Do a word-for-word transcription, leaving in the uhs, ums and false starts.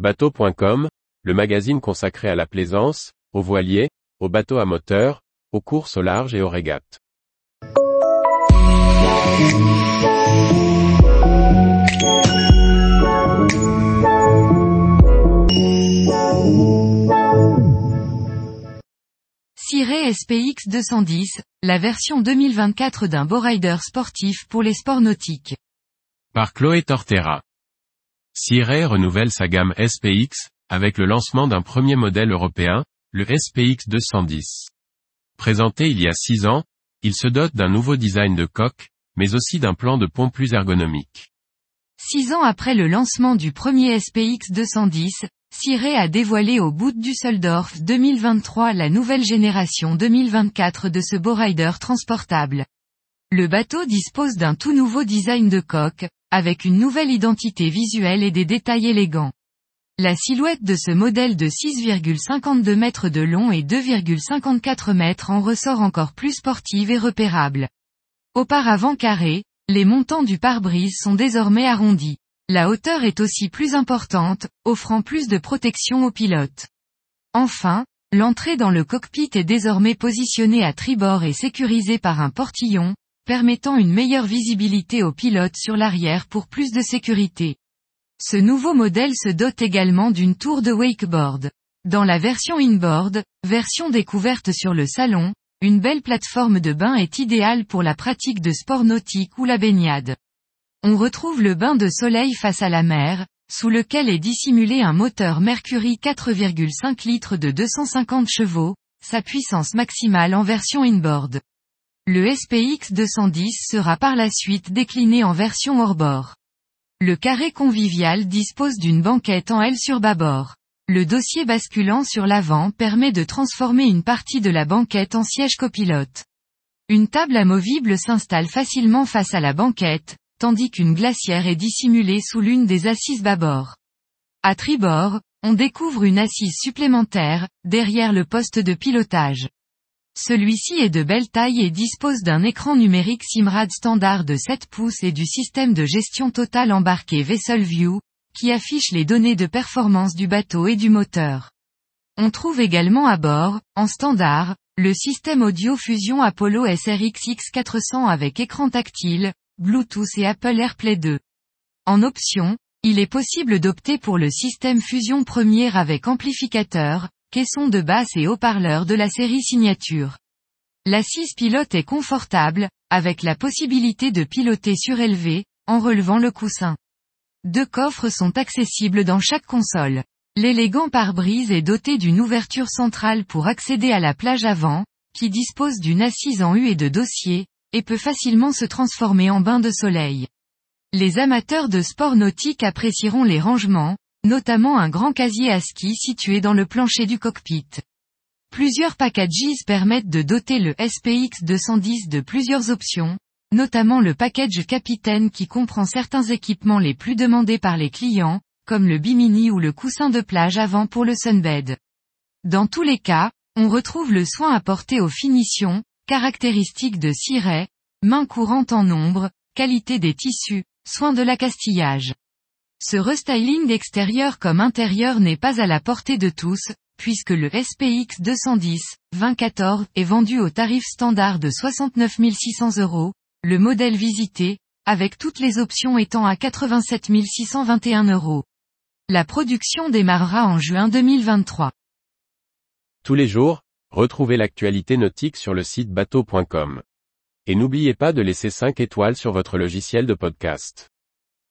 bateau point com, le magazine consacré à la plaisance, aux voiliers, aux bateaux à moteur, aux courses au large et aux régates. Sea-Ray S P X deux cent dix, la version deux mille vingt-quatre d'un bowrider sportif pour les sports nautiques. Par Chloé Tortera. Sea-Ray renouvelle sa gamme S P X, avec le lancement d'un premier modèle européen, le S P X deux cent dix. Présenté il y a six ans, il se dote d'un nouveau design de coque, mais aussi d'un plan de pont plus ergonomique. Six ans après le lancement du premier S P X deux cent dix, Sea-Ray a dévoilé au Boot Düsseldorf deux mille vingt-trois la nouvelle génération deux mille vingt-quatre de ce bowrider transportable. Le bateau dispose d'un tout nouveau design de coque, avec une nouvelle identité visuelle et des détails élégants. La silhouette de ce modèle de six virgule cinquante-deux mètres de long et deux virgule cinquante-quatre mètres en ressort encore plus sportive et repérable. Auparavant carré, les montants du pare-brise sont désormais arrondis. La hauteur est aussi plus importante, offrant plus de protection aux pilotes. Enfin, l'entrée dans le cockpit est désormais positionnée à tribord et sécurisée par un portillon, permettant une meilleure visibilité aux pilotes sur l'arrière pour plus de sécurité. Ce nouveau modèle se dote également d'une tour de wakeboard. Dans la version inboard, version découverte sur le salon, une belle plateforme de bain est idéale pour la pratique de sports nautiques ou la baignade. On retrouve le bain de soleil face à la mer, sous lequel est dissimulé un moteur Mercury quatre virgule cinq litres de deux cent cinquante chevaux, sa puissance maximale en version inboard. Le S P X deux cent dix sera par la suite décliné en version hors-bord. Le carré convivial dispose d'une banquette en L sur bâbord. Le dossier basculant sur l'avant permet de transformer une partie de la banquette en siège copilote. Une table amovible s'installe facilement face à la banquette, tandis qu'une glacière est dissimulée sous l'une des assises bâbord. À tribord, on découvre une assise supplémentaire, derrière le poste de pilotage. Celui-ci est de belle taille et dispose d'un écran numérique Simrad standard de sept pouces et du système de gestion totale embarqué VesselView, qui affiche les données de performance du bateau et du moteur. On trouve également à bord, en standard, le système audio Fusion Apollo S R X X quatre cents avec écran tactile, Bluetooth et Apple AirPlay deux. En option, il est possible d'opter pour le système Fusion Premier avec amplificateur, caisson de basse et haut-parleur de la série Signature. L'assise pilote est confortable, avec la possibilité de piloter surélevé, en relevant le coussin. Deux coffres sont accessibles dans chaque console. L'élégant pare-brise est doté d'une ouverture centrale pour accéder à la plage avant, qui dispose d'une assise en U et de dossier, et peut facilement se transformer en bain de soleil. Les amateurs de sport nautique apprécieront les rangements, notamment un grand casier à ski situé dans le plancher du cockpit. Plusieurs packages permettent de doter le S P X deux cent dix de plusieurs options, notamment le package capitaine qui comprend certains équipements les plus demandés par les clients, comme le bimini ou le coussin de plage avant pour le sunbed. Dans tous les cas, on retrouve le soin apporté aux finitions, caractéristiques de Sea-Ray, main courante en ombre, qualité des tissus, soin de l'accastillage. Ce restyling extérieur comme intérieur n'est pas à la portée de tous, puisque le S P X deux cent dix, vingt quatorze, est vendu au tarif standard de soixante-neuf mille six cents euros, le modèle visité, avec toutes les options étant à quatre-vingt-sept mille six cent vingt et un euros. La production démarrera en juin deux mille vingt-trois. Tous les jours, retrouvez l'actualité nautique sur le site bateau point com. Et n'oubliez pas de laisser cinq étoiles sur votre logiciel de podcast.